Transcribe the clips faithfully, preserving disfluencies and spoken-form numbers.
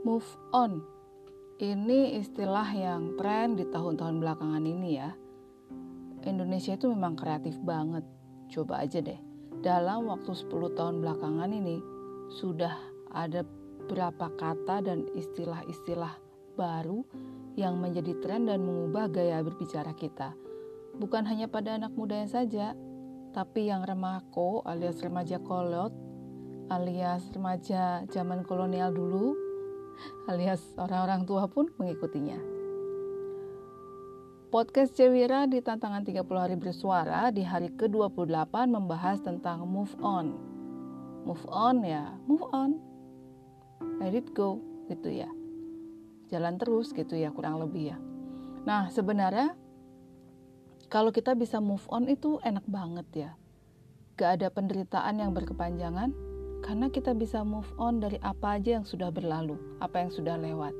Move on, ini istilah yang tren di tahun-tahun belakangan ini ya. Indonesia itu memang kreatif banget. Coba aja deh, dalam waktu sepuluh tahun belakangan ini sudah ada berapa kata dan istilah-istilah baru yang menjadi tren dan mengubah gaya berbicara kita. Bukan hanya pada anak mudanya saja, tapi yang remako alias remaja kolot, alias remaja zaman kolonial dulu, alias orang-orang tua pun mengikutinya. Podcast Cewira di tantangan tiga puluh hari bersuara di hari ke dua puluh delapan membahas tentang move on. Move on ya, move on. Let it go gitu ya. Jalan terus gitu ya kurang lebih ya. Nah sebenarnya kalau kita bisa move on itu enak banget ya. Gak ada penderitaan yang berkepanjangan karena kita bisa move on dari apa aja yang sudah berlalu, apa yang sudah lewat.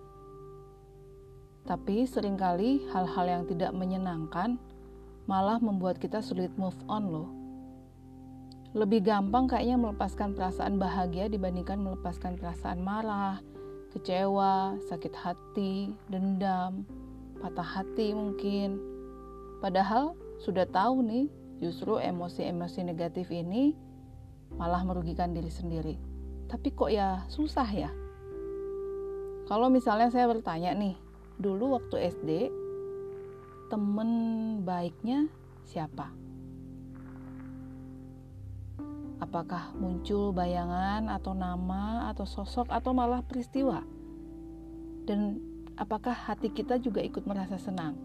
Tapi seringkali hal-hal yang tidak menyenangkan malah membuat kita sulit move on loh. Lebih gampang kayaknya melepaskan perasaan bahagia dibandingkan melepaskan perasaan marah, kecewa, sakit hati, dendam, patah hati mungkin. Padahal sudah tahu nih, justru emosi-emosi negatif ini malah merugikan diri sendiri. Tapi kok ya susah ya? Kalau misalnya saya bertanya nih, dulu waktu S D, temen baiknya siapa? Apakah muncul bayangan atau nama atau sosok atau malah peristiwa? Dan apakah hati kita juga ikut merasa senang?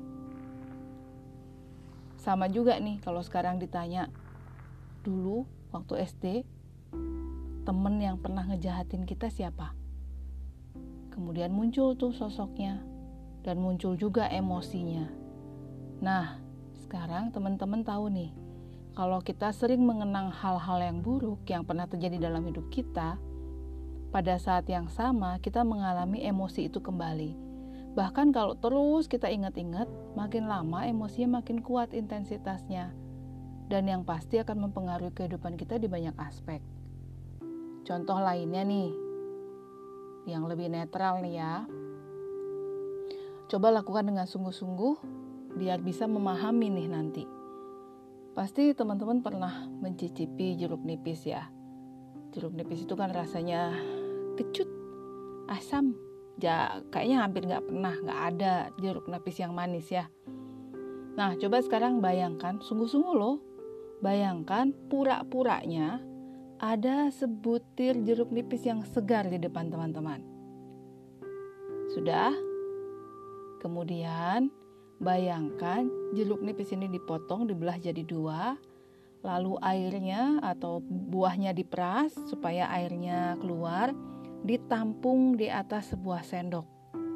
Sama juga nih kalau sekarang ditanya, dulu waktu S D, temen yang pernah ngejahatin kita siapa? Kemudian muncul tuh sosoknya dan muncul juga emosinya. Nah, sekarang teman-teman tahu nih, kalau kita sering mengenang hal-hal yang buruk yang pernah terjadi dalam hidup kita, pada saat yang sama kita mengalami emosi itu kembali. Bahkan kalau terus kita ingat-ingat, makin lama emosinya makin kuat intensitasnya. Dan yang pasti akan mempengaruhi kehidupan kita di banyak aspek. Contoh lainnya nih, yang lebih netral nih ya. Coba lakukan dengan sungguh-sungguh, biar bisa memahami nih nanti. Pasti teman-teman pernah mencicipi jeruk nipis ya. Jeruk nipis itu kan rasanya kecut, asam. Ya, kayaknya hampir gak pernah, gak ada jeruk nipis yang manis ya. Nah, coba sekarang bayangkan, sungguh-sungguh loh. Bayangkan pura-puranya ada sebutir jeruk nipis yang segar di depan teman-teman. Sudah? Kemudian bayangkan jeruk nipis ini dipotong, dibelah jadi dua, lalu airnya atau buahnya diperas supaya airnya keluar, ditampung di atas sebuah sendok.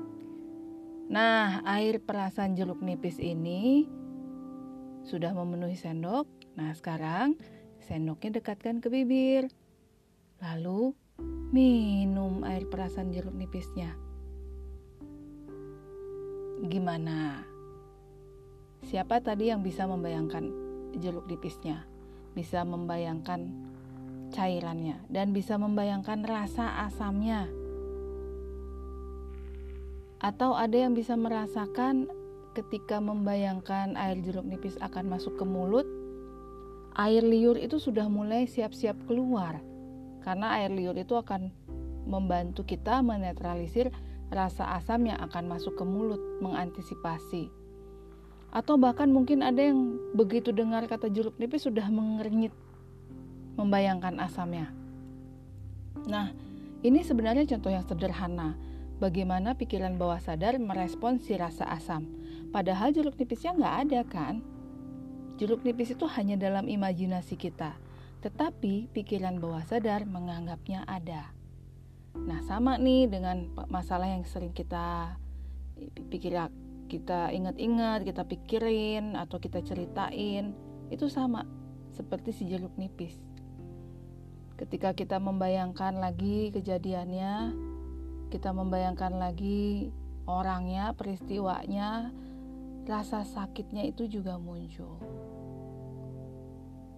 Nah, air perasan jeruk nipis ini sudah memenuhi sendok. Nah, sekarang sendoknya dekatkan ke bibir. Lalu minum air perasan jeruk nipisnya. Gimana? Siapa tadi yang bisa membayangkan jeruk nipisnya? Bisa membayangkan cairannya dan bisa membayangkan rasa asamnya? Atau ada yang bisa merasakan ketika membayangkan air jeruk nipis akan masuk ke mulut, air liur itu sudah mulai siap-siap keluar. Karena air liur itu akan membantu kita menetralisir rasa asam yang akan masuk ke mulut, mengantisipasi. Atau bahkan mungkin ada yang begitu dengar kata jeruk nipis sudah mengernyit, membayangkan asamnya. Nah, ini sebenarnya contoh yang sederhana. Bagaimana pikiran bawah sadar merespons si rasa asam. Padahal jeruk nipisnya nggak ada kan? Jeruk nipis itu hanya dalam imajinasi kita. Tetapi pikiran bawah sadar menganggapnya ada. Nah sama nih dengan masalah yang sering kita pikir, kita ingat-ingat, kita pikirin atau kita ceritain. Itu sama seperti si jeruk nipis. Ketika kita membayangkan lagi kejadiannya, kita membayangkan lagi orangnya, peristiwanya, rasa sakitnya itu juga muncul.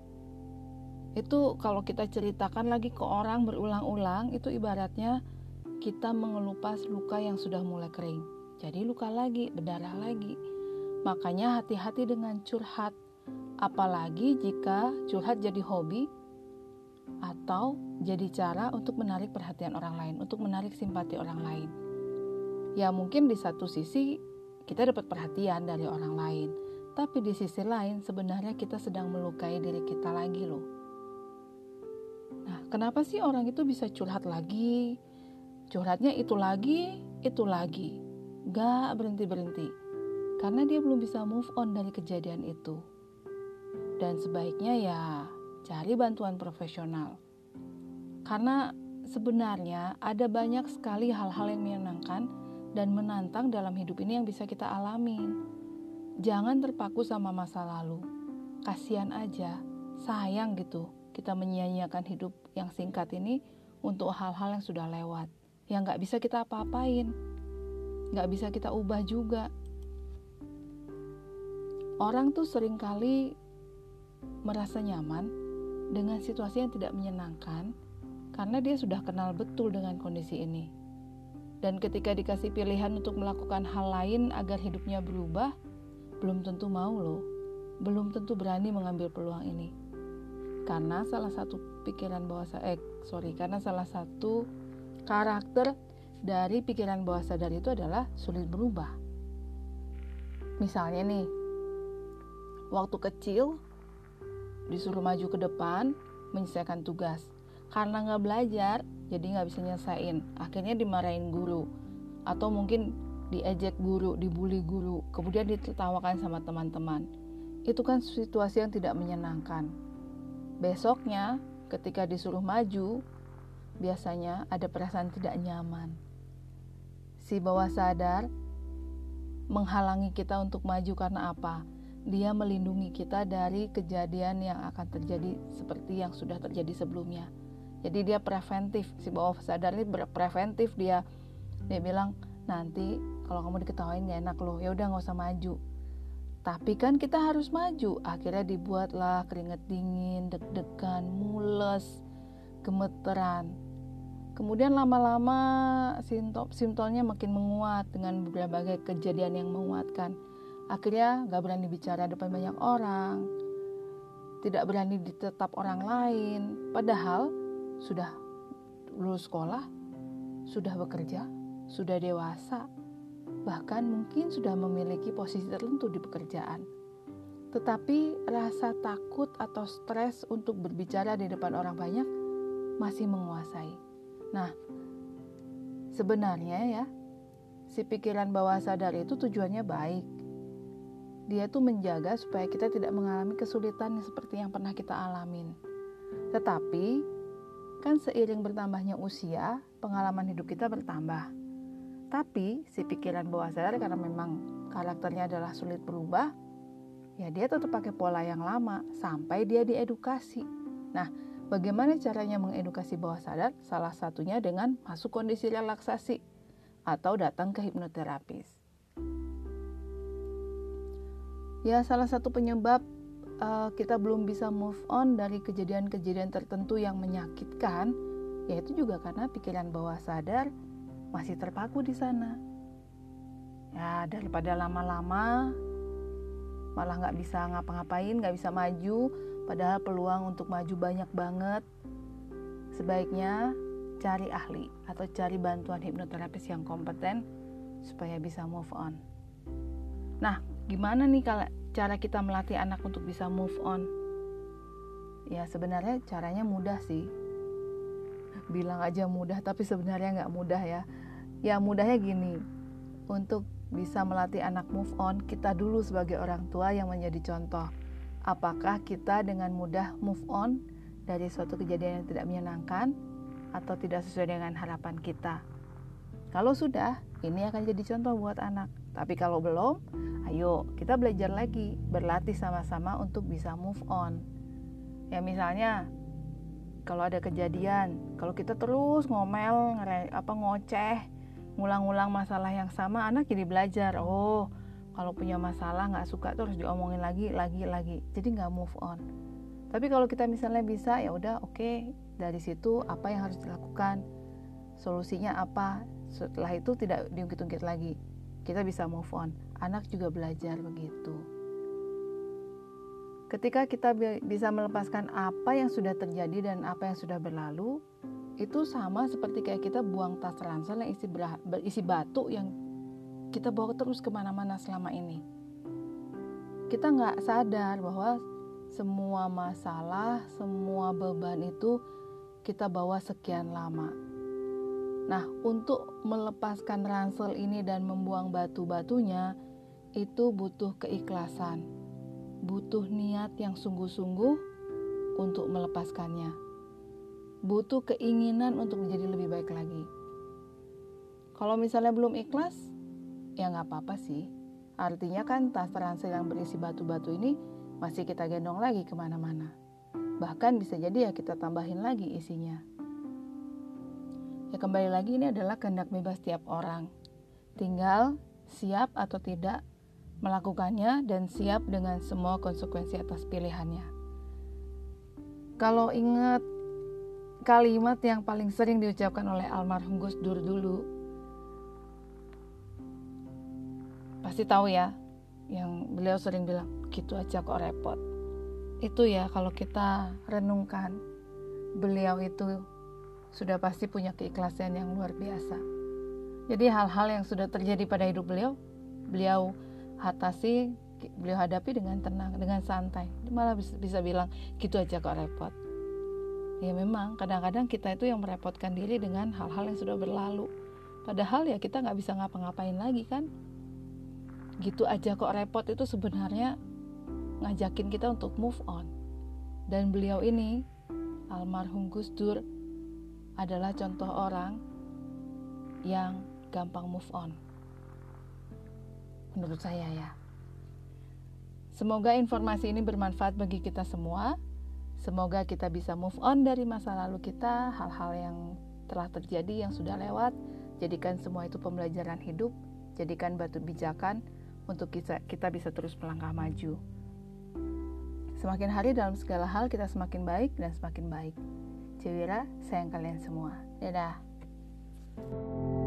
Itu kalau kita ceritakan lagi ke orang berulang-ulang, itu ibaratnya kita mengelupas luka yang sudah mulai kering. Jadi luka lagi, berdarah lagi. Makanya hati-hati dengan curhat. Apalagi jika curhat jadi hobi atau jadi cara untuk menarik perhatian orang lain, untuk menarik simpati orang lain. Ya mungkin di satu sisi kita dapat perhatian dari orang lain, tapi di sisi lain sebenarnya kita sedang melukai diri kita lagi loh. Nah, kenapa sih orang itu bisa curhat lagi? Curhatnya itu lagi, itu lagi. Gak berhenti-berhenti. Karena dia belum bisa move on dari kejadian itu. Dan sebaiknya ya cari bantuan profesional. Karena sebenarnya ada banyak sekali hal-hal yang menyenangkan dan menantang dalam hidup ini yang bisa kita alami. Jangan terpaku sama masa lalu. Kasihan aja, sayang gitu kita menyia-nyiakan hidup yang singkat ini untuk hal-hal yang sudah lewat, yang gak bisa kita apa-apain, gak bisa kita ubah juga. Orang tuh seringkali merasa nyaman dengan situasi yang tidak menyenangkan karena dia sudah kenal betul dengan kondisi ini. Dan ketika dikasih pilihan untuk melakukan hal lain agar hidupnya berubah, belum tentu mau loh, belum tentu berani mengambil peluang ini. Karena salah satu pikiran bawah sadar, eh sorry, karena salah satu karakter dari pikiran bawah sadar itu adalah sulit berubah. Misalnya nih, waktu kecil disuruh maju ke depan menyelesaikan tugas. Karena gak belajar, jadi gak bisa nyelesain. Akhirnya dimarahin guru. Atau mungkin diejek guru, dibully guru. Kemudian ditertawakan sama teman-teman. Itu kan situasi yang tidak menyenangkan. Besoknya, ketika disuruh maju, biasanya ada perasaan tidak nyaman. Si bawah sadar menghalangi kita untuk maju karena apa? Dia melindungi kita dari kejadian yang akan terjadi seperti yang sudah terjadi sebelumnya. Jadi dia preventif, si bawah sadar ini preventif dia. Dia bilang, nanti kalau kamu diketawain gak enak loh, ya udah nggak usah maju. Tapi kan kita harus maju. Akhirnya dibuatlah keringat dingin, deg-degan, mules, gemeteran. Kemudian lama-lama simptom simptomnya makin menguat dengan berbagai kejadian yang menguatkan. Akhirnya gak berani bicara depan banyak orang, tidak berani ditetap orang lain. Padahal sudah lulus sekolah, sudah bekerja, sudah dewasa, bahkan mungkin sudah memiliki posisi tertentu di pekerjaan. Tetapi rasa takut atau stres untuk berbicara di depan orang banyak masih menguasai. Nah, sebenarnya ya, si pikiran bawah sadar itu tujuannya baik. Dia tuh menjaga supaya kita tidak mengalami kesulitan seperti yang pernah kita alamin. Tetapi, kan seiring bertambahnya usia, pengalaman hidup kita bertambah. Tapi, si pikiran bawah sadar karena memang karakternya adalah sulit berubah, ya dia tetap pakai pola yang lama sampai dia diedukasi. Nah, bagaimana caranya mengedukasi bawah sadar? Salah satunya dengan masuk kondisi relaksasi atau datang ke hipnoterapis. Ya, salah satu penyebab uh, kita belum bisa move on dari kejadian-kejadian tertentu yang menyakitkan, yaitu juga karena pikiran bawah sadar masih terpaku di sana. Ya, daripada lama-lama malah nggak bisa ngapa-ngapain, nggak bisa maju, padahal peluang untuk maju banyak banget. Sebaiknya cari ahli atau cari bantuan hipnoterapis yang kompeten supaya bisa move on. Nah, gimana nih kalau cara kita melatih anak untuk bisa move on? Ya sebenarnya caranya mudah sih. Bilang aja mudah, tapi sebenarnya nggak mudah ya. Ya mudahnya gini, untuk bisa melatih anak move on, kita dulu sebagai orang tua yang menjadi contoh. Apakah kita dengan mudah move on dari suatu kejadian yang tidak menyenangkan atau tidak sesuai dengan harapan kita? Kalau sudah, ini akan jadi contoh buat anak. Tapi kalau belum, ayo kita belajar lagi, berlatih sama-sama untuk bisa move on. Ya misalnya, kalau ada kejadian, kalau kita terus ngomel, ngere, apa ngoceh, ngulang-ngulang masalah yang sama, anak jadi belajar. Oh, kalau punya masalah nggak suka terus diomongin lagi, lagi, lagi. Jadi nggak move on. Tapi kalau kita misalnya bisa, ya udah, oke, okay, dari situ apa yang harus dilakukan solusinya apa. Setelah itu tidak diungkit-ungkit lagi, kita bisa move on. Anak juga belajar begitu. Ketika kita bisa melepaskan apa yang sudah terjadi dan apa yang sudah berlalu, itu sama seperti kayak kita buang tas ransel yang isi, berisi batu yang kita bawa terus kemana-mana selama ini. Kita nggak sadar bahwa semua masalah, semua beban itu kita bawa sekian lama. Nah, untuk melepaskan ransel ini dan membuang batu-batunya, itu butuh keikhlasan, butuh niat yang sungguh-sungguh untuk melepaskannya, butuh keinginan untuk menjadi lebih baik lagi. Kalau misalnya belum ikhlas, ya nggak apa-apa sih. Artinya kan tas ransel yang berisi batu-batu ini masih kita gendong lagi kemana-mana. Bahkan bisa jadi ya kita tambahin lagi isinya. Ya kembali lagi, ini adalah kehendak bebas setiap orang. Tinggal siap atau tidak melakukannya dan siap dengan semua konsekuensi atas pilihannya. Kalau ingat kalimat yang paling sering diucapkan oleh almarhum Gus Dur dulu, pasti tahu ya, yang beliau sering bilang, gitu aja kok repot. Itu ya kalau kita renungkan, beliau itu sudah pasti punya keikhlasan yang luar biasa. Jadi hal-hal yang sudah terjadi pada hidup beliau, beliau atasi, beliau hadapi dengan tenang, dengan santai. Malah bisa, bisa bilang, gitu aja kok repot. Ya memang kadang-kadang kita itu yang merepotkan diri dengan hal-hal yang sudah berlalu. Padahal ya kita gak bisa ngapa-ngapain lagi kan. Gitu aja kok repot itu sebenarnya ngajakin kita untuk move on. Dan beliau ini, almarhum Gus Dur, adalah contoh orang yang gampang move on. Menurut saya ya. Semoga informasi ini bermanfaat bagi kita semua. Semoga kita bisa move on dari masa lalu kita, hal-hal yang telah terjadi, yang sudah lewat. Jadikan semua itu pembelajaran hidup, jadikan batu pijakan untuk kita, kita bisa terus melangkah maju. Semakin hari dalam segala hal kita semakin baik dan semakin baik. Cewira, sayang kalian semua. Dadah.